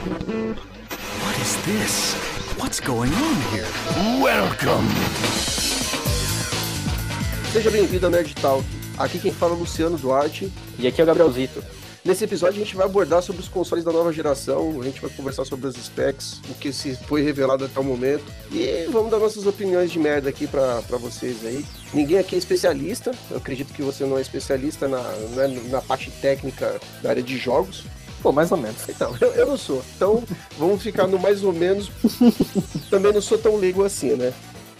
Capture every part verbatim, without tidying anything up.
What is this? What's going on here? Welcome! Seja bem-vindo ao Nerd Talk. Aqui quem fala é o Luciano Duarte. E aqui é o Gabrielzito. Nesse episódio a gente vai abordar sobre os consoles da nova geração, a gente vai conversar sobre as specs, o que se foi revelado até o momento, e vamos dar nossas opiniões de merda aqui pra, pra vocês aí. Ninguém aqui é especialista, eu acredito que você não é especialista na, na, na parte técnica da área de jogos. Pô, mais ou menos. Então, eu, eu não sou, então vamos ficar no mais ou menos, também não sou tão leigo assim, né?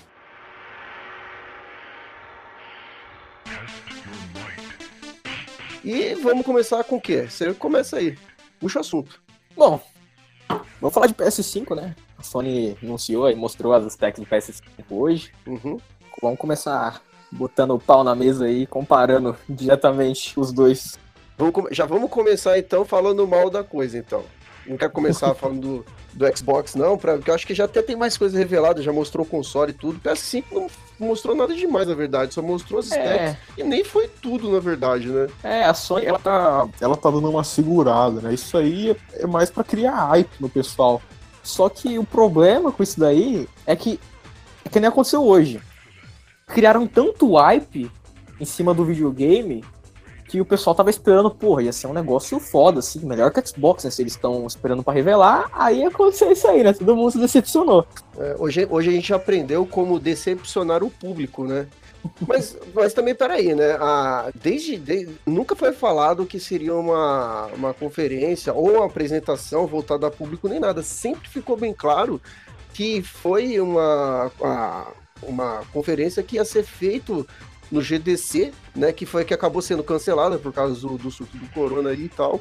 E vamos começar com o quê? Você começa aí. Puxa o assunto. Bom, vamos falar de P S cinco, né? A Sony anunciou e mostrou as specs do P S cinco hoje. Uhum. Vamos começar botando o pau na mesa aí, comparando diretamente os dois. Vamos com... Já vamos começar então falando mal da coisa, então. Não quero começar falando do, do Xbox, não, pra... porque eu acho que já até tem mais coisa revelada, já mostrou o console e tudo. O P S cinco não mostrou nada demais, na verdade, só mostrou as specs. É. E nem foi tudo, na verdade, né? É, a Sony, ela tá, Ela tá dando uma segurada, né? Isso aí é mais pra criar hype no pessoal. Só que o problema com isso daí é que, é que nem aconteceu hoje. Criaram tanto hype em cima do videogame que o pessoal tava esperando, porra, ia ser um negócio foda, assim, melhor que o Xbox, né? Se eles estão esperando pra revelar, aí aconteceu isso aí, né? Todo mundo se decepcionou. É, hoje, hoje a gente aprendeu como decepcionar o público, né? Mas, mas também, peraí, né? A, desde, desde, nunca foi falado que seria uma, uma conferência ou uma apresentação voltada a público, nem nada. Sempre ficou bem claro que foi uma, uma, uma conferência que ia ser feito no G D C, né, que foi que acabou sendo cancelada por causa do, do surto do corona e tal,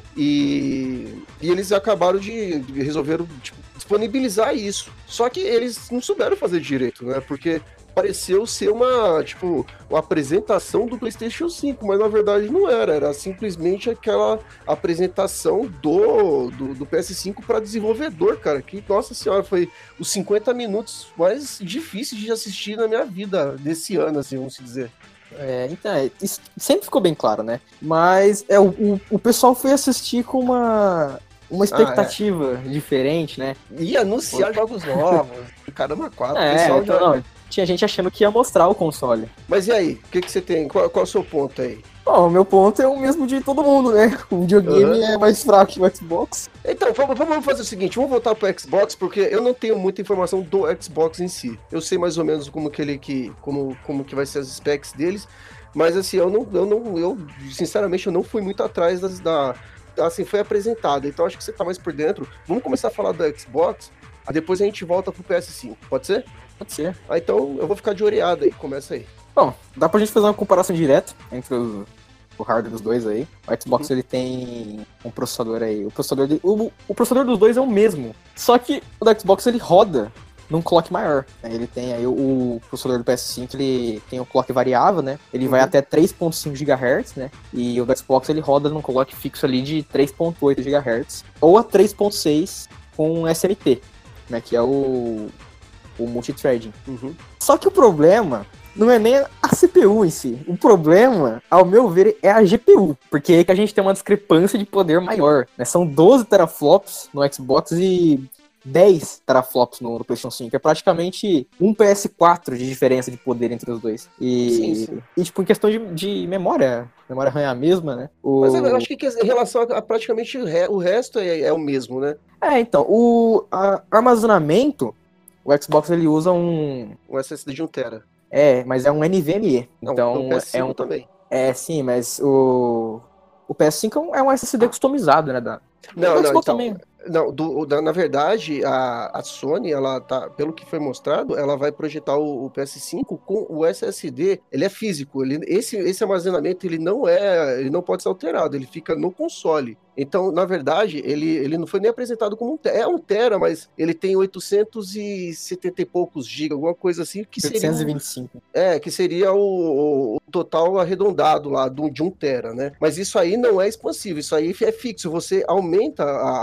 e, e eles acabaram de, de resolveram tipo, disponibilizar isso, só que eles não souberam fazer direito, né, porque pareceu ser uma, tipo, uma apresentação do PlayStation cinco, mas na verdade não era, era simplesmente aquela apresentação do, do, do P S cinco para desenvolvedor, cara, que, nossa senhora, foi os cinquenta minutos mais difíceis de assistir na minha vida desse ano, assim, vamos dizer. É, então, é, isso sempre ficou bem claro, né? Mas é, o, o, o pessoal foi assistir com uma, uma expectativa ah, é. diferente, né? Ia anunciar jogos novos, caramba, quatro. É, pessoal então, já... não, tinha gente achando que ia mostrar o console. Mas e aí? O que, que você tem? Qual, qual é o seu ponto aí? Bom, o meu ponto é o mesmo de todo mundo, né? O videogame uhum. é mais fraco que o Xbox. Então, vamos, vamos fazer o seguinte, vamos voltar pro Xbox, porque eu não tenho muita informação do Xbox em si. Eu sei mais ou menos como que ele que, como, como que vai ser as specs deles, mas assim, eu não, eu não, eu sinceramente eu não fui muito atrás das, da, assim, foi apresentado. Então acho que você tá mais por dentro. Vamos começar a falar do Xbox, aí depois a gente volta pro P S cinco, pode ser? Pode ser. Ah, então eu vou ficar de oreada aí, começa aí. Bom, dá pra gente fazer uma comparação direta entre os, o hardware dos dois aí. O Xbox uhum. ele tem um processador aí. O processador, de, o, o processador dos dois é o mesmo. Só que o do Xbox ele roda num clock maior. Ele tem aí o, o processador do P S cinco, ele tem um clock variável, né? Ele uhum. vai até três ponto cinco gigahertz, né? E o do Xbox ele roda num clock fixo ali de três ponto oito gigahertz. Ou a três ponto seis com S M T, né? Que é o, o multithreading. Uhum. Só que o problema não é nem a C P U em si. O problema, ao meu ver, é a G P U. Porque é aí que a gente tem uma discrepância de poder maior, né? São doze teraflops no Xbox e dez teraflops no, no PlayStation cinco. É praticamente um P S quatro de diferença de poder entre os dois. E, sim, sim. e tipo, em questão de, de memória, memória RAM é a mesma, né? O... Mas eu acho que em relação a, a praticamente o, re, o resto é, é o mesmo, né? É, então, o a, armazenamento, o Xbox ele usa um... Um S S D de um tera. É, mas é um N V M e. Não, então o P S cinco é um também. É, sim, mas o o P S cinco é um S S D customizado, né, da. Não, não, então, também. Não, do, da, na verdade, a, a Sony, ela tá, pelo que foi mostrado, ela vai projetar o, o P S cinco com o S S D, ele é físico, ele, esse, esse armazenamento, ele não é, ele não pode ser alterado, ele fica no console. Então, na verdade, ele, ele não foi nem apresentado como um tera, é um tera, mas ele tem oitocentos e setenta e poucos gigas, alguma coisa assim, que seria... oitocentos e vinte e cinco. É, que seria o, o total arredondado lá de um, de um tera, né? Mas isso aí não é expansível, isso aí é fixo, você aumenta a,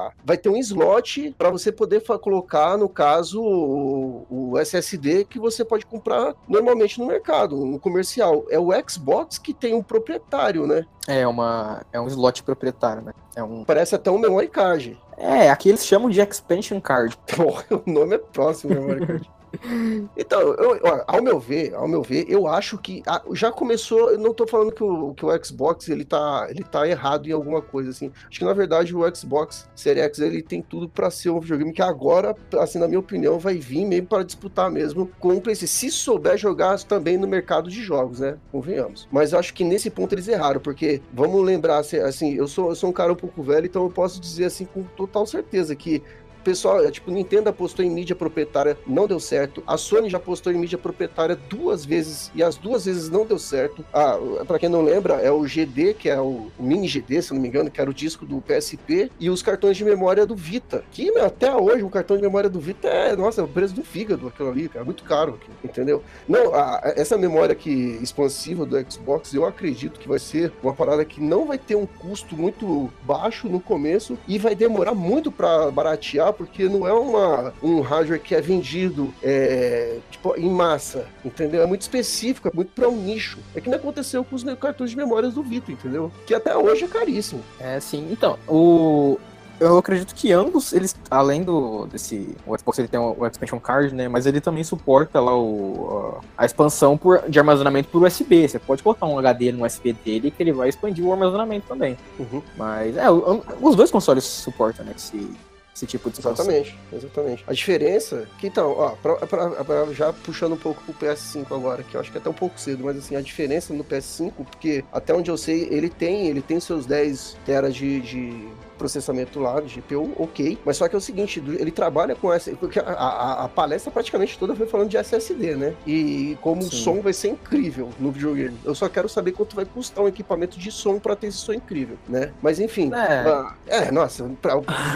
a, vai ter um slot para você poder fa- colocar, no caso, o, o S S D que você pode comprar normalmente no mercado, no comercial. É o Xbox que tem um proprietário, né? É, uma, é um slot proprietário, né? É, um, Parece até um memory card. é, aqui eles chamam de expansion card. O nome é próximo, memory card. Então, eu, ó, ao meu ver, ao meu ver, eu acho que ah, já começou. Eu não tô falando que o, que o Xbox ele tá, ele tá errado em alguma coisa assim. Acho que na verdade o Xbox Series X ele tem tudo pra ser um videogame que agora, assim, na minha opinião, vai vir mesmo para disputar mesmo com o PlayStation. Se souber jogar também no mercado de jogos, né? Convenhamos. Mas eu acho que nesse ponto eles erraram, porque vamos lembrar, assim, eu sou, eu sou um cara um pouco velho, então eu posso dizer assim com total certeza que o pessoal, tipo, Nintendo apostou em mídia proprietária, não deu certo. A Sony já apostou em mídia proprietária duas vezes e as duas vezes não deu certo. Ah, pra quem não lembra, é o G D, que é o, o mini G D, se não me engano, que era o disco do P S P, e os cartões de memória do Vita. Que, meu, até hoje o cartão de memória do Vita é, nossa, é o preço do fígado, aquilo ali, cara, muito caro, entendeu? Não, a, essa memória aqui expansiva do Xbox, eu acredito que vai ser uma parada que não vai ter um custo muito baixo no começo e vai demorar muito pra baratear, porque não é uma, um hardware que é vendido é, tipo, em massa, entendeu? É muito específico, é muito para um nicho. É que não aconteceu com os cartões de memórias do Vita, entendeu? Que até hoje é caríssimo. É, sim. Então, o... eu acredito que ambos, eles, além do desse, o Xbox ele tem o, o Expansion Card, né, mas ele também suporta lá o, a, a expansão por, de armazenamento por U S B. Você pode colocar um H D no U S B dele que ele vai expandir o armazenamento também. Uhum. Mas, é, o, os dois consoles suportam, né, esse... esse tipo de expansão. Exatamente, exatamente. A diferença, que então, ó, pra, pra, pra, já puxando um pouco pro P S cinco agora, que eu acho que é até um pouco cedo, mas assim, a diferença no P S cinco, porque até onde eu sei, ele tem, ele tem seus dez teras de, de processamento lá, de G P U, ok, mas só que é o seguinte, ele trabalha com essa, porque a, a, a palestra praticamente toda foi falando de S S D, né? E como Sim. o som vai ser incrível no videogame. Eu só quero saber quanto vai custar um equipamento de som pra ter esse som incrível, né? Mas enfim, é, uh, é nossa, pra,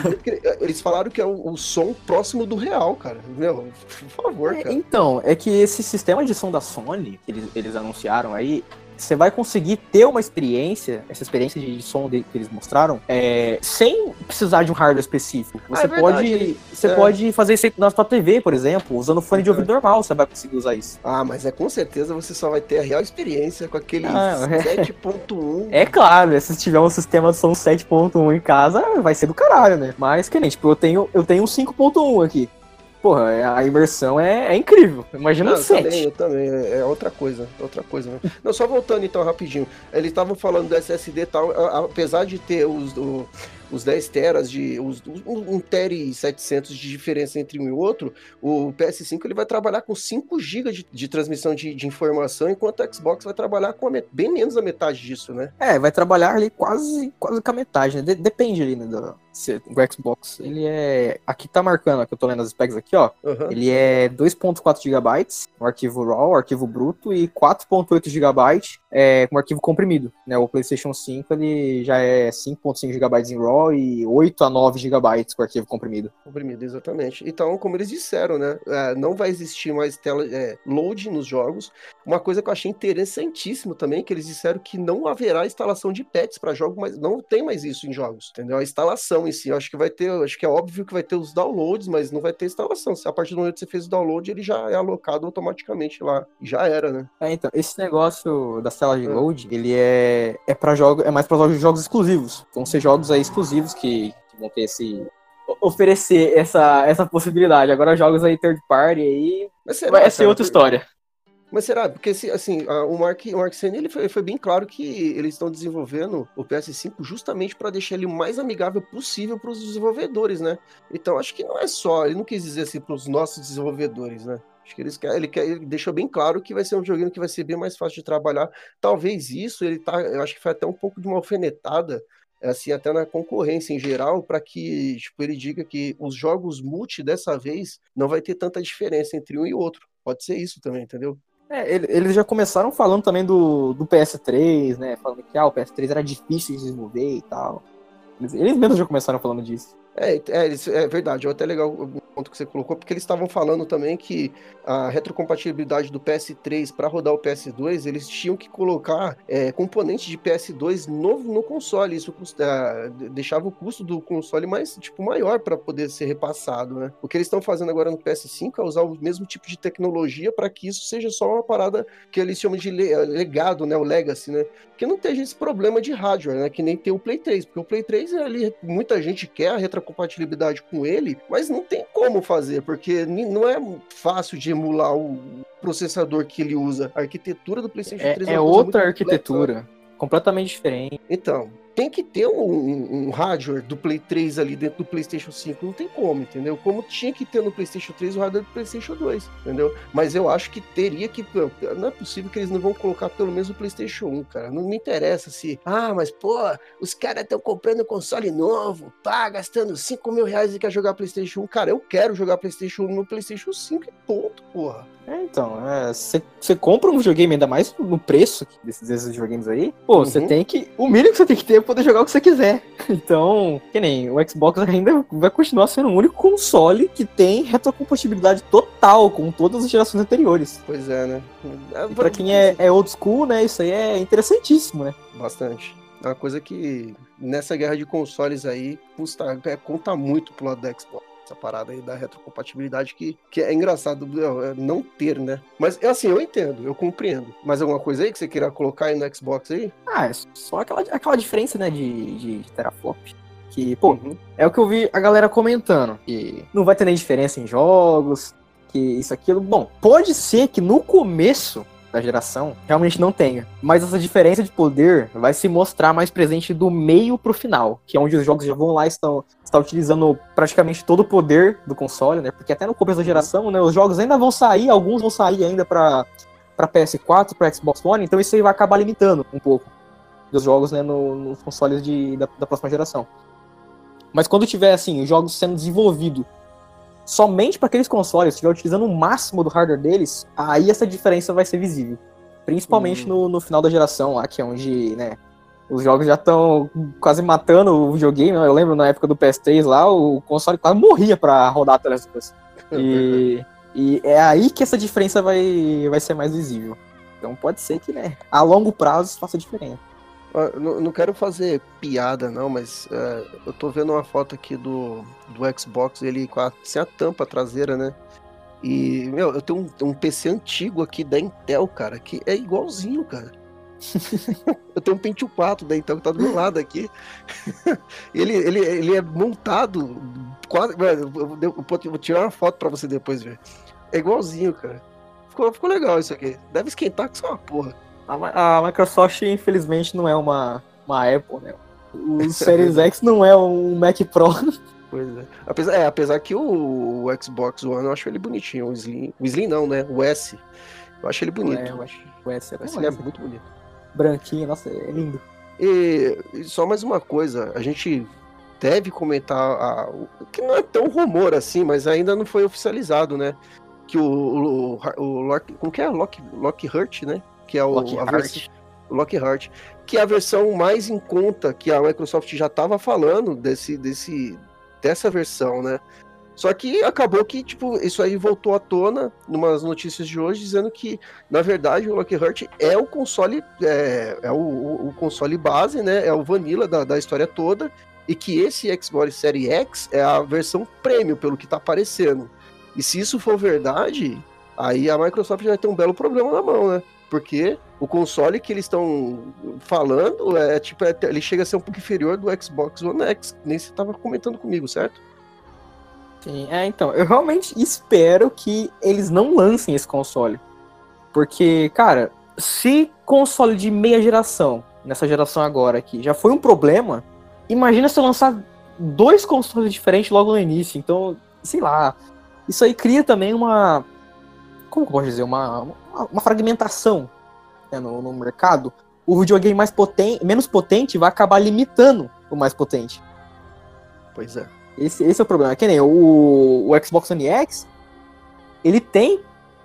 eles falaram que é o, o som próximo do real, cara. Meu, por favor, cara. É, então, é que esse sistema de som da Sony, que eles, eles anunciaram aí, você vai conseguir ter uma experiência, essa experiência de som de, que eles mostraram, é, sem precisar de um hardware específico. Você, ah, é pode, você é. pode fazer isso na sua T V, por exemplo, usando fone é. de ouvido normal, você vai conseguir usar isso. Ah, mas é com certeza você só vai ter a real experiência com aquele ah, sete ponto um. É claro, se tiver um sistema de som sete ponto um em casa, vai ser do caralho, né? Mas, que nem, tipo, eu tenho, eu tenho um cinco ponto um aqui. Porra, a imersão é, é incrível. Imagina Não, um sete. Eu também, eu também. É outra coisa. Outra coisa. Né? Não, só voltando então rapidinho. Eles estavam falando do S S D e tal, apesar de ter os, o, os dez teras, de, os, um tera e setecentos de diferença entre um e outro, o P S cinco ele vai trabalhar com cinco gigas de, de transmissão de, de informação, enquanto o Xbox vai trabalhar com a met, bem menos da metade disso, né? É, vai trabalhar ali quase, quase com a metade, né? De, depende ali, né, do, se, o Xbox, ele é... Aqui tá marcando, aqui eu tô lendo as specs aqui, ó. Uhum. Ele é dois ponto quatro gigabytes, o arquivo RAW, o arquivo bruto, e quatro ponto oito gigabytes é, com arquivo comprimido, né? O PlayStation cinco, ele já é cinco ponto cinco gigabytes em RAW e oito a nove gigabytes com arquivo comprimido. Comprimido, exatamente. Então, como eles disseram, né? É, não vai existir mais tela é, load nos jogos. Uma coisa que eu achei interessantíssimo também, que eles disseram que não haverá instalação de patches para jogos, mas não tem mais isso em jogos, entendeu? A instalação em si, eu acho que vai ter, acho que é óbvio que vai ter os downloads, mas não vai ter instalação. Se a partir do momento que você fez o download, ele já é alocado automaticamente lá. E já era, né? É, então, esse negócio das telas de load, é. ele é, é para jogos, é mais para jogos, jogos exclusivos. Vão ser jogos aí exclusivos que, que vão ter esse oferecer essa, essa possibilidade. Agora jogos aí third party aí será, vai ser cara, outra história. Mas será? Porque assim, o Mark, o Mark Cerny, ele foi, foi bem claro que eles estão desenvolvendo o P S cinco justamente para deixar ele o mais amigável possível para os desenvolvedores, né? Então acho que não é só, ele não quis dizer assim para os nossos desenvolvedores, né? Acho que eles quer, ele, quer, ele deixou bem claro que vai ser um joguinho que vai ser bem mais fácil de trabalhar. Talvez isso, ele tá, eu acho que foi até um pouco de uma alfinetada, assim, até na concorrência em geral, para que tipo, ele diga que os jogos multi dessa vez não vai ter tanta diferença entre um e outro. Pode ser isso também, entendeu? É, eles já começaram falando também do, do P S três, né? Falando que ah, o P S três era difícil de desenvolver e tal. Eles, eles mesmos já começaram falando disso. É, é, eles- é verdade, é até legal o ponto que você colocou, porque eles estavam falando também que a retrocompatibilidade do P S três para rodar o P S dois, eles tinham que colocar é, componentes de P S dois novo no console, isso custa- deixava o custo do console mais, tipo, maior para poder ser repassado, né? O que eles estão fazendo agora no P S cinco é usar o mesmo tipo de tecnologia para que isso seja só uma parada que eles chamam de le- legado, né, o legacy, né? Que não esteja esse problema de hardware, né? Que nem tem o Play três, porque o Play três, ele, muita gente quer a retrocompatibilidade com ele, mas não tem como fazer, porque ni- não é fácil de emular o processador que ele usa. A arquitetura do PlayStation É, três é é uma coisa muito outra complexa. arquitetura, completamente diferente. Então, tem que ter um, um- um hardware do Play três ali dentro do PlayStation cinco, não tem como, entendeu? Como tinha que ter no PlayStation três o hardware do PlayStation dois, entendeu? Mas eu acho que teria que. Não é possível que eles não vão colocar pelo menos o PlayStation um, cara. Não me interessa se. Ah, mas pô, os caras estão comprando console novo, pá, gastando cinco mil reais e quer jogar PlayStation um. Cara, eu quero jogar PlayStation um no PlayStation cinco e ponto, porra. É, então, você compra um videogame, ainda mais no preço desses, desses videogames aí, pô, você Uhum. tem que. O mínimo que você tem que ter é poder jogar o que você quiser. Então, que nem o Xbox ainda vai continuar sendo o único console que tem retrocompatibilidade total com todas as gerações anteriores. Pois é, né? E pra quem é, é old school, né, isso aí é interessantíssimo, né? Bastante. É uma coisa que nessa guerra de consoles aí custa, é, conta muito pro lado da Xbox. Essa parada aí da retrocompatibilidade que, que é engraçado é, não ter, né? Mas assim, eu entendo, eu compreendo. Mas alguma coisa aí que você queira colocar aí no Xbox aí? Ah, é só aquela, aquela diferença, né, de, de teraflop. Que, pô, Uhum. é o que eu vi a galera comentando. Que não vai ter nem diferença em jogos, que isso, aquilo. Bom, pode ser que no começo da geração realmente não tenha. Mas essa diferença de poder vai se mostrar mais presente do meio pro final, que é onde os jogos já vão lá e estão, estão utilizando praticamente todo o poder do console, né? Porque até no começo da geração, né, os jogos ainda vão sair, alguns vão sair ainda pra, pra P S quatro, pra Xbox One, então isso aí vai acabar limitando um pouco os jogos, né, no, nos consoles de, da, da próxima geração. Mas quando tiver, assim, os jogos sendo desenvolvidos somente para aqueles consoles, estiver utilizando o máximo do hardware deles, aí essa diferença vai ser visível. Principalmente Hum. no, no final da geração lá, que é onde, né, os jogos já estão quase matando o videogame. Eu lembro na época do P S três lá, o console quase morria para rodar The Last of Us. E, e é aí que essa diferença vai, vai ser mais visível. Então pode ser que, né, a longo prazo faça diferença. Ah, Não, não quero fazer piada, não, mas é, eu tô vendo uma foto aqui do, do Xbox, ele com a, sem a tampa traseira, né? E, meu, eu tenho um, um P C antigo aqui da Intel, cara, que é igualzinho, cara. Eu tenho um Pentium quatro da Intel que tá do meu lado aqui. ele, ele, ele é montado quase. Mano, eu, vou- eu vou- eu vou tirar uma foto pra você depois ver. É igualzinho, cara. Ficou, ficou legal isso aqui. Deve esquentar que só uma porra. A, Mi- a Microsoft, infelizmente, não é uma, uma Apple, né? O Isso é Series verdade. X não é um Mac Pro. Pois é. Apesar, é, apesar que o, o Xbox One eu acho ele bonitinho. O Slim. O Slim não, né? O S. Eu acho ele bonito. É, eu acho. O S é O S bem ele é mais muito bonito. branquinho, nossa, é lindo. E, e só mais uma coisa, a gente deve comentar a- o que não é tão rumor assim, mas ainda não foi oficializado, né? Que o, o, o Lock, como que é? Lock, Lockhart, né? Que é o, a versão, Lockhart. o Lockhart, que é a versão mais em conta que a Microsoft já estava falando desse, desse, dessa versão, né? Só que acabou que, tipo, isso aí voltou à tona numas notícias de hoje, dizendo que, na verdade, o Lockhart é o console, é, é o, o- o console base, né? É o vanilla da, da história toda, e que esse Xbox Series X é a versão premium, pelo que tá aparecendo. E se isso for verdade, aí a Microsoft vai ter um belo problema na mão, né? Porque o console que eles estão falando é tipo, é- ele chega a ser um pouco inferior do Xbox One X, nem você tava comentando comigo, certo? Sim, é, então, eu realmente espero que eles não lancem esse console. Porque, cara, se console de meia geração, nessa geração agora aqui, já foi um problema, imagina se eu lançar dois consoles diferentes logo no início. Então, sei lá, isso aí cria também uma... Como que eu posso dizer? Uma, uma, uma fragmentação, né, no, no mercado. O videogame mais potente, menos potente vai acabar limitando o mais potente. Pois é. Esse, esse é o problema. Que nem o, o Xbox One X, ele tem,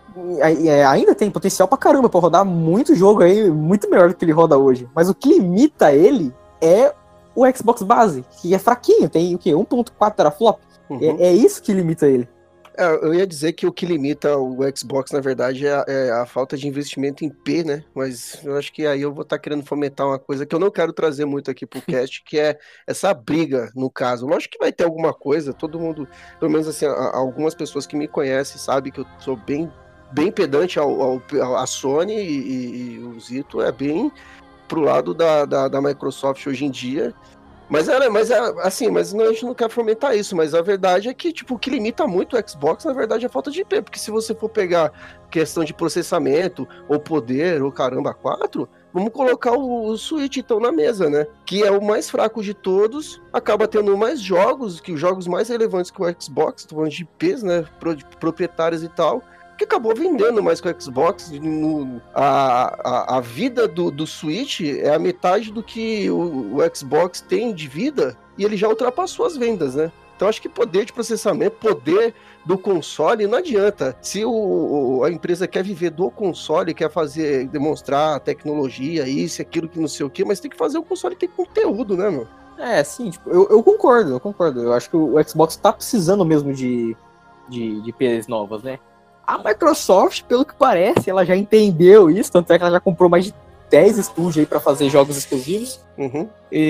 é, ainda tem potencial pra caramba pra rodar muito jogo aí, muito melhor do que ele roda hoje. Mas o que limita ele é o Xbox base, que é fraquinho, tem o quê? um ponto quatro teraflop. Uhum. É, é isso que limita ele. É, eu ia dizer que o que limita o Xbox, na verdade, é a, é a falta de investimento em P, né? Mas eu acho que aí eu vou estar tá querendo fomentar uma coisa que eu não quero trazer muito aqui pro cast, que é essa briga, no caso. Lógico que vai ter alguma coisa, todo mundo, pelo menos assim, a, algumas pessoas que me conhecem sabem que eu sou bem, bem pedante ao, ao, à Sony e, e, e o Zito é bem pro lado da, da, da Microsoft hoje em dia. Mas, era, mas era, assim, mas não, a gente não quer fomentar isso, mas a verdade é que, tipo, o que limita muito o Xbox, na verdade, é a falta de I P, porque se você for pegar questão de processamento, ou poder, ou caramba, quatro, vamos colocar o, o Switch, então, na mesa, né? Que é o mais fraco de todos, acaba tendo mais jogos, que os jogos mais relevantes que o Xbox, tô falando de I Ps, né, pro, proprietários e tal, que acabou vendendo mais com o Xbox. No, a, a, a vida do, do Switch é a metade do que o, o Xbox tem de vida e ele já ultrapassou as vendas, né? Então acho que poder de processamento, poder do console, não adianta. Se o, o, a empresa quer viver do console, quer fazer, demonstrar tecnologia, isso, aquilo, que não sei o quê, mas tem que fazer o console ter conteúdo, né, meu? É, sim, tipo, eu, eu concordo, eu concordo. Eu acho que o Xbox tá precisando mesmo de, de, de P Cs novas, né? A Microsoft, pelo que parece, ela já entendeu isso, tanto é que ela já comprou mais de dez estúdios aí pra fazer jogos exclusivos. Uhum.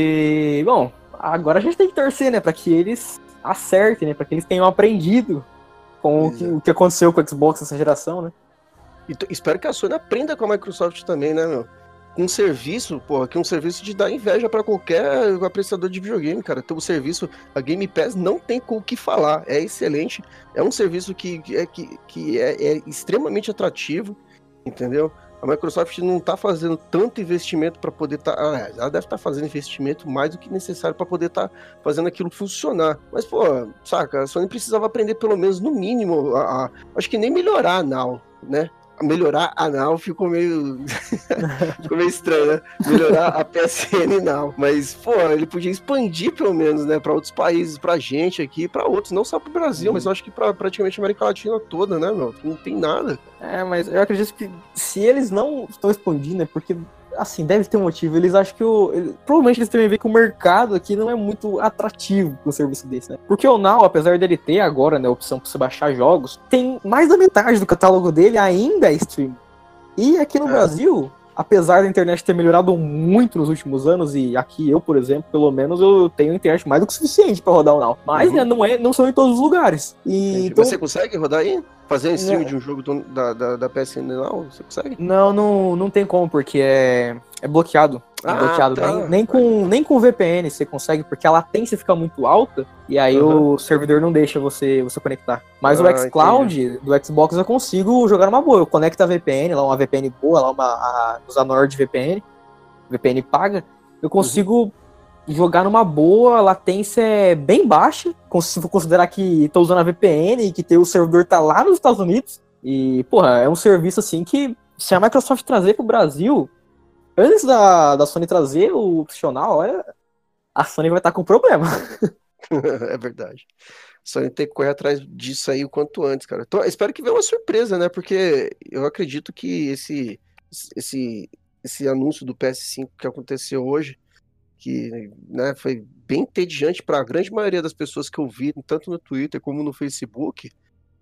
E, bom, agora a gente tem que torcer, né, pra que eles acertem, né, pra que eles tenham aprendido com o que, o que aconteceu com o Xbox nessa geração, né. E t- espero que a Sony aprenda com a Microsoft também, né, meu? Um serviço, pô, que é um serviço de dar inveja pra qualquer apreciador de videogame, cara. Tem um serviço, a Game Pass não tem com o que falar, é excelente, é um serviço que, que, é, que, que é, é extremamente atrativo, entendeu? A Microsoft não tá fazendo tanto investimento para poder estar, tá, ah, ela deve estar tá fazendo investimento mais do que necessário para poder estar tá fazendo aquilo funcionar. Mas, pô, saca, a Sony precisava aprender pelo menos no mínimo, a, a, acho que nem melhorar a Now, né? Melhorar a Now ficou meio ficou meio estranho, né? Melhorar a P S N Now. Mas, pô, ele podia expandir pelo menos, né? Pra outros países, pra gente aqui, pra outros, não só pro Brasil, uhum. mas eu acho que pra praticamente a América Latina toda, né, meu? Não tem nada. É, mas eu acredito que se eles não estão expandindo, é porque, assim, deve ter um motivo. Eles acham que o... Ele, provavelmente eles também veem que o mercado aqui não é muito atrativo com um serviço desse, né? Porque o Now, apesar dele ter agora, né, a opção pra você baixar jogos, tem mais da metade do catálogo dele ainda é stream. E aqui no é. Brasil, apesar da internet ter melhorado muito nos últimos anos, e aqui eu, por exemplo, pelo menos eu tenho internet mais do que suficiente pra rodar o Now. Mas, uhum. né, não, é, não são em todos os lugares. E, então... Você consegue rodar aí? Fazer um stream de um jogo do, da, da, da P S N Now? Você consegue? Não, não, não tem como, porque é, é bloqueado. É ah, bloqueado. Tá. Nem, nem, com, nem com V P N você consegue, porque a latência fica muito alta, e aí uhum. o servidor não deixa você, você conectar. Mas ah, o xCloud entendi. Do Xbox eu consigo jogar numa boa. Eu conecto a V P N, lá uma V P N boa, lá uma a, usar Nord V P N, V P N paga, eu consigo... Uhum. jogar numa boa, a latência é bem baixa, se for considerar que tô usando a V P N e que tem o servidor tá lá nos Estados Unidos. E, porra, é um serviço assim que, se a Microsoft trazer pro Brasil, antes da, da Sony trazer o opcional, olha, a Sony vai estar tá com problema. É verdade. A Sony tem que correr atrás disso aí o quanto antes, cara. Então, espero que venha uma surpresa, né? Porque eu acredito que esse, esse, esse anúncio do P S cinco que aconteceu hoje, que, né, foi bem entediante para a grande maioria das pessoas que eu vi, tanto no Twitter como no Facebook.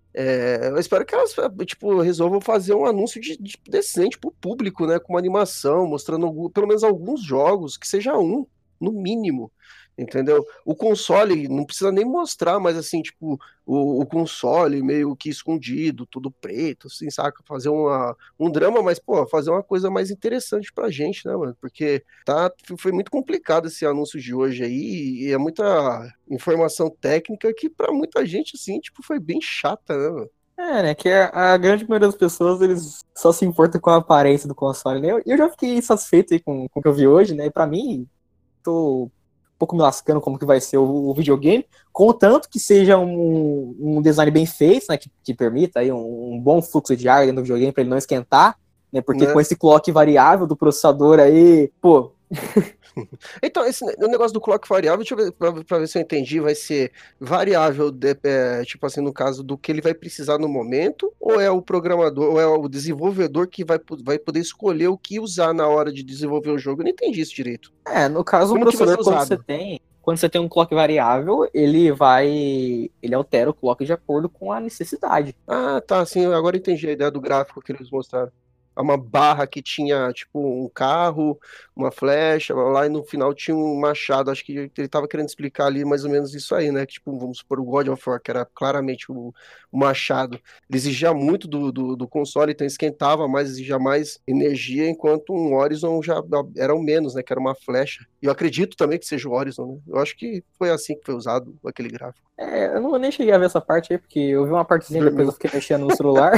É, eu espero que elas, tipo, resolvam fazer um anúncio de, de decente pro público, né, com uma animação, mostrando algum, pelo menos alguns jogos, que seja um, no mínimo, entendeu? O console não precisa nem mostrar, mas assim, tipo, o, o console meio que escondido, tudo preto, assim, saca? Fazer uma, um drama, mas, pô, fazer uma coisa mais interessante pra gente, né, mano? Porque tá, foi muito complicado esse anúncio de hoje aí, e é muita informação técnica que pra muita gente, assim, tipo, foi bem chata, né, mano? É, né, que a, a grande maioria das pessoas, eles só se importam com a aparência do console, né? Eu, eu já fiquei satisfeito aí com, com o que eu vi hoje, né? E pra mim, tô um pouco me lascando como que vai ser o, o videogame, contanto que seja um, um design bem feito, né, que, que permita aí um, um bom fluxo de ar dentro do videogame para ele não esquentar, né, porque é. com esse clock variável do processador aí, pô, Então, esse ne- o negócio do clock variável, deixa eu ver, pra, pra ver se eu entendi, vai ser variável, de- é, tipo assim, no caso do que ele vai precisar no momento, ou é o programador, ou é o desenvolvedor que vai, po- vai poder escolher o que usar na hora de desenvolver o jogo? Eu não entendi isso direito. É, no caso, o Como que vai ser processador, quando você usado? tem, quando você tem um clock variável, ele vai, ele altera o clock de acordo com a necessidade. Ah, tá, sim, agora eu entendi a ideia do gráfico que eles mostraram. É uma barra que tinha, tipo, um carro, uma flecha, lá e no final tinha um machado. Acho que ele tava querendo explicar ali mais ou menos isso aí, né? Que, tipo, vamos supor, o God of War, que era claramente o, o machado. Ele exigia muito do, do, do console, então esquentava mais, exigia mais energia, enquanto um Horizon já era o menos, né? Que era uma flecha. E eu acredito também que seja o Horizon, né? Eu acho que foi assim que foi usado aquele gráfico. É, eu não nem cheguei a ver essa parte aí, porque eu vi uma partezinha depois eu Dormiu. fiquei mexendo no celular.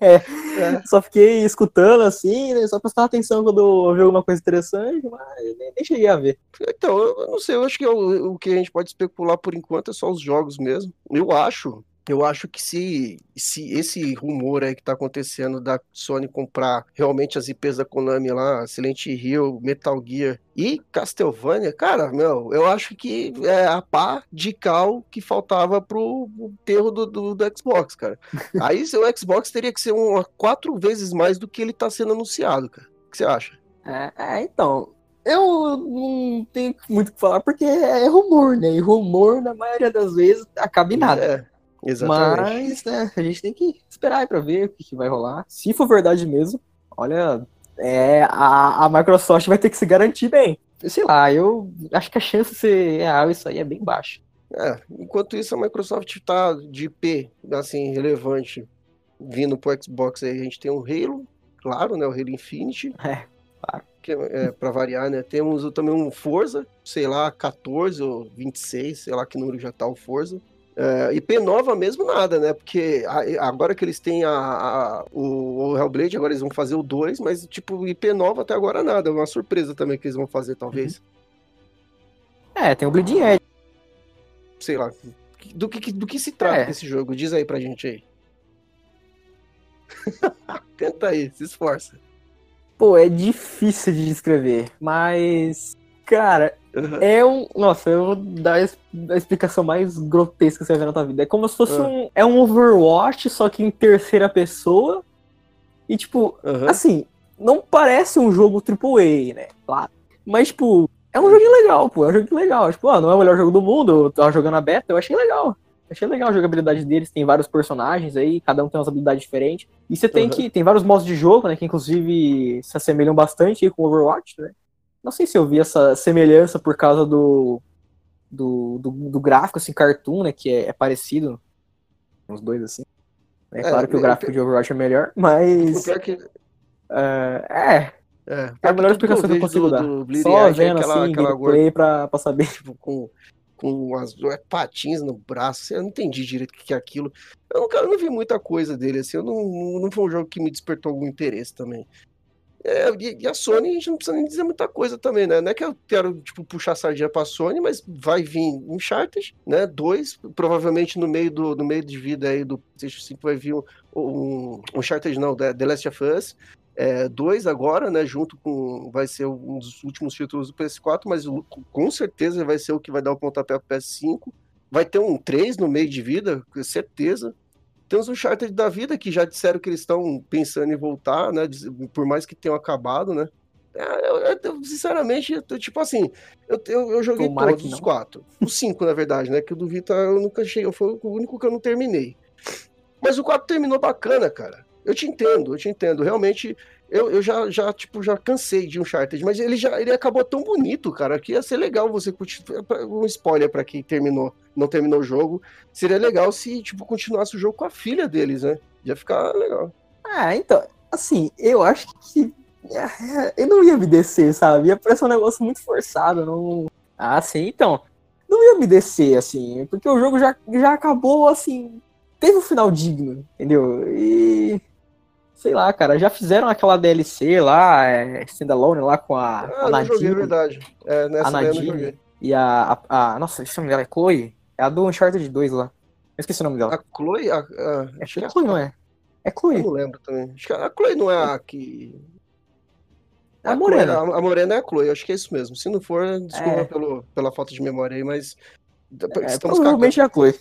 É. Só fiquei escutando assim, né? Só prestava atenção quando eu vi alguma coisa interessante, mas nem, nem cheguei a ver. Então, eu eu não sei, eu acho que o, o que a gente pode especular por enquanto é só os jogos mesmo. Eu acho, eu acho que se, se esse rumor aí que tá acontecendo da Sony comprar realmente as I Ps da Konami lá, Silent Hill, Metal Gear e Castlevania, cara, meu, eu acho que é a pá de cal que faltava pro enterro do, do, do Xbox, cara. Aí o Xbox teria que ser uma, quatro vezes mais do que ele tá sendo anunciado, cara. O que você acha? É, é, então, eu não tenho muito o que falar porque é rumor, né? E rumor, na maioria das vezes, acaba em Pois nada. é, exatamente. Mas, né, a gente tem que esperar aí pra ver o que, que vai rolar. Se for verdade mesmo, olha, é, a, a Microsoft vai ter que se garantir bem. Sei lá, eu acho que a chance de ser real isso aí é bem baixa. É, enquanto isso, a Microsoft tá de I P, assim, relevante, vindo pro Xbox aí. A gente tem o Halo, claro, né? O Halo Infinite, É, claro. que é, é para variar, né? Temos o- também um Forza, sei lá, quatorze ou vinte e seis, sei lá que número já tá o Forza. É, I P nova mesmo nada, né? Porque a- agora que eles têm a, a- o, o Hellblade, agora eles vão fazer o dois, mas tipo, I P nova até agora nada. É uma surpresa também que eles vão fazer, talvez. É, tem o Bleeding Edge. Sei lá. Do que, do que se trata É, esse jogo? Diz aí pra gente aí. Tenta aí, se esforça. pô, é difícil de descrever, mas, cara, Uhum. é um. Nossa, eu vou dar a es- a explicação mais grotesca que você vai ver na tua vida. É como se fosse Ah. um. É um Overwatch, só que em terceira pessoa. E, tipo, Uhum. assim, não parece um jogo triplo A, né? Claro. Mas, tipo, é um joguinho legal, pô. É um joguinho legal. Tipo, ah, não é o melhor jogo do mundo. Eu tava jogando a beta, eu achei legal. Achei legal a jogabilidade deles. Tem vários personagens aí, cada um tem umas habilidades diferentes. E você tem Uhum. que. Tem vários modos de jogo, né? Que inclusive se assemelham bastante aí com o Overwatch, né? Não sei se eu vi essa semelhança por causa do. Do, do, do gráfico, assim, cartoon, né? Que é, é parecido. Os dois, assim. É É, claro que o o gráfico pi- de Overwatch é melhor, o mas. pior que, É, é, é, é a pior que melhor tudo que eu explicação que eu vejo consigo do, dar. do Bleeding Só Edge é vendo aquela, assim, aquela gorda, gameplay pra, pra saber. tipo, com, com as é, patins no braço. Eu não entendi direito o que que é aquilo. Eu não, eu não vi muita coisa dele, assim. Eu não, não foi um jogo que me despertou algum interesse também. É, e, e a Sony, a gente não precisa nem dizer muita coisa também, né? Não é que eu quero, tipo, puxar a sardinha pra Sony, mas vai vir Uncharted, né? Dois, provavelmente no meio, do, no meio de vida aí do PlayStation cinco vai vir um, um Uncharted, não, The The Last of Us. É, dois agora, né? Junto com. Vai ser um dos últimos títulos do P S quatro, mas o- com certeza vai ser o que vai dar o pontapé pro P S cinco. Vai ter um três no meio de vida, com certeza. Tem uns Uncharted da vida que já disseram que eles estão pensando em voltar, né? diz- Por mais que tenham acabado, né? É, eu- eu- eu, sinceramente, eu tô, tipo assim, eu, eu, eu joguei Tomara todos que os não. quatro. Os cinco, na verdade, né? Que o do Vita eu nunca cheguei, foi o único que eu não terminei. Mas o quatro terminou bacana, cara. Eu te entendo, eu te entendo. Realmente, eu, eu já, já, tipo, já cansei de Uncharted, mas ele já ele acabou tão bonito, cara, que ia ser legal você curtir. Um spoiler pra quem terminou, não terminou o jogo. Seria legal se, tipo, continuasse o jogo com a filha deles, né? Ia ficar legal. Ah, então, assim, eu acho que. é, Eu não ia me descer, sabe? Ia parecer um negócio muito forçado. Não... Ah, sim, então. Não ia me descer, assim, porque o jogo já, já acabou, assim. Teve um final digno, entendeu? E. Sei lá, cara, já fizeram aquela D L C lá, é, Standalone lá com a, a Ah, não joguei, é Nadine. verdade. É, A nessa daí eu não Nadine joguei. e a, a, a. Nossa, esse nome dela é Chloe? É a do Uncharted dois lá. Eu esqueci o nome dela. A Chloe, a- a- É, acho é que é, Chloe, não é? É eu Chloe. não lembro também. Acho que a Chloe não é a que É a Chloe- Morena. a, a Morena é a Chloe, acho que é isso mesmo. Se não for, desculpa É. pelo, pela falta de memória aí, mas É, estamos provavelmente é a Chloe.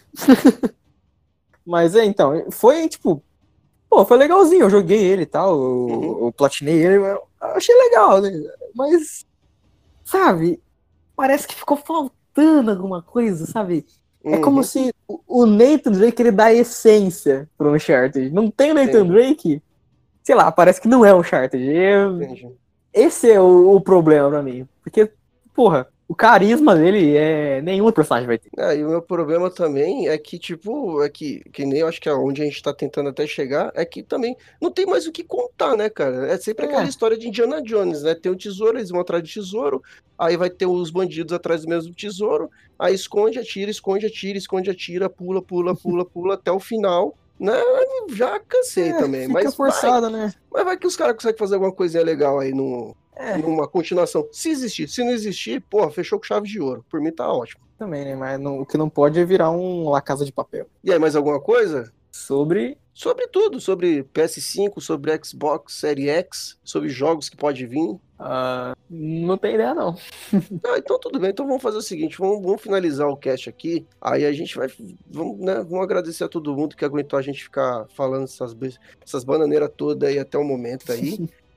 Mas é, então, foi tipo. Pô, foi legalzinho. Eu joguei ele e tal. Eu, Uhum. eu platinei ele. Eu achei legal, né? Mas. Sabe? Parece que ficou faltando alguma coisa, sabe? É como Uhum. se o o Nathan Drake ele dá a essência pro Uncharted. Não tem o Nathan Entendi. Drake? Sei lá, parece que não é Uncharted. Eu- Entendi. Esse é o, o problema pra mim. Porque, porra, o carisma dele é nenhum personagem vai ter. É, e o meu problema também é que, tipo, é que, que nem eu acho que é onde a gente tá tentando até chegar, é que também não tem mais o que contar, né, cara? É sempre aquela É. história de Indiana Jones, né? Tem um tesouro, eles vão atrás do tesouro, aí vai ter os bandidos atrás do mesmo tesouro, aí esconde, atira, esconde, atira, esconde, atira, pula, pula, pula, pula, até o final, né? Já cansei É, também, fica mas vai, forçada, né? mas vai que os caras conseguem fazer alguma coisinha legal aí no, É, numa continuação. Se existir, se não existir, porra, fechou com chave de ouro. Por mim tá ótimo. também, né? Mas não- o que não pode é virar um La Casa de Papel. E aí, mais alguma coisa? Sobre. Sobre tudo, sobre P S cinco, sobre Xbox Series X, sobre jogos que pode vir. ah, não tem ideia, não. Ah, então tudo bem, então vamos fazer o seguinte, vamos, vamos finalizar o cast aqui, aí a gente vai, vamos, né, vamos agradecer a todo mundo que aguentou a gente ficar falando essas, be- essas bananeiras todas aí até o momento aí.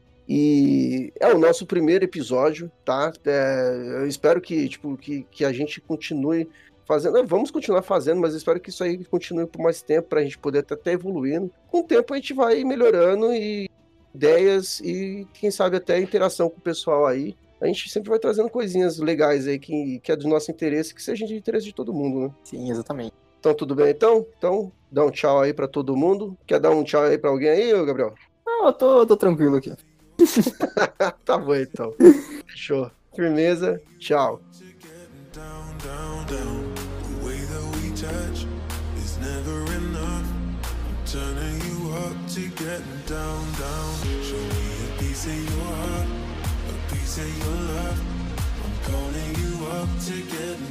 E é o nosso primeiro episódio, tá? É, eu espero que, tipo, que, que a gente continue fazendo. Vamos continuar fazendo, mas eu espero que isso aí continue por mais tempo para a gente poder até evoluindo. Com o tempo a gente vai melhorando e ideias e quem sabe até interação com o pessoal aí. A gente sempre vai trazendo coisinhas legais aí que, que é do nosso interesse, que seja de interesse de todo mundo, né? Sim, exatamente. Então tudo bem então? Então dá um tchau aí para todo mundo. Quer dar um tchau aí para alguém aí, ô Gabriel? Não, eu tô, eu tô tranquilo aqui. Tá bom então. Fechou. Firmeza. Tchau. Down, down, down. The way that we touch is never enough. I'm turning you up to getting down, down. Show me a piece of your heart, a piece of your love. I'm calling you up to getting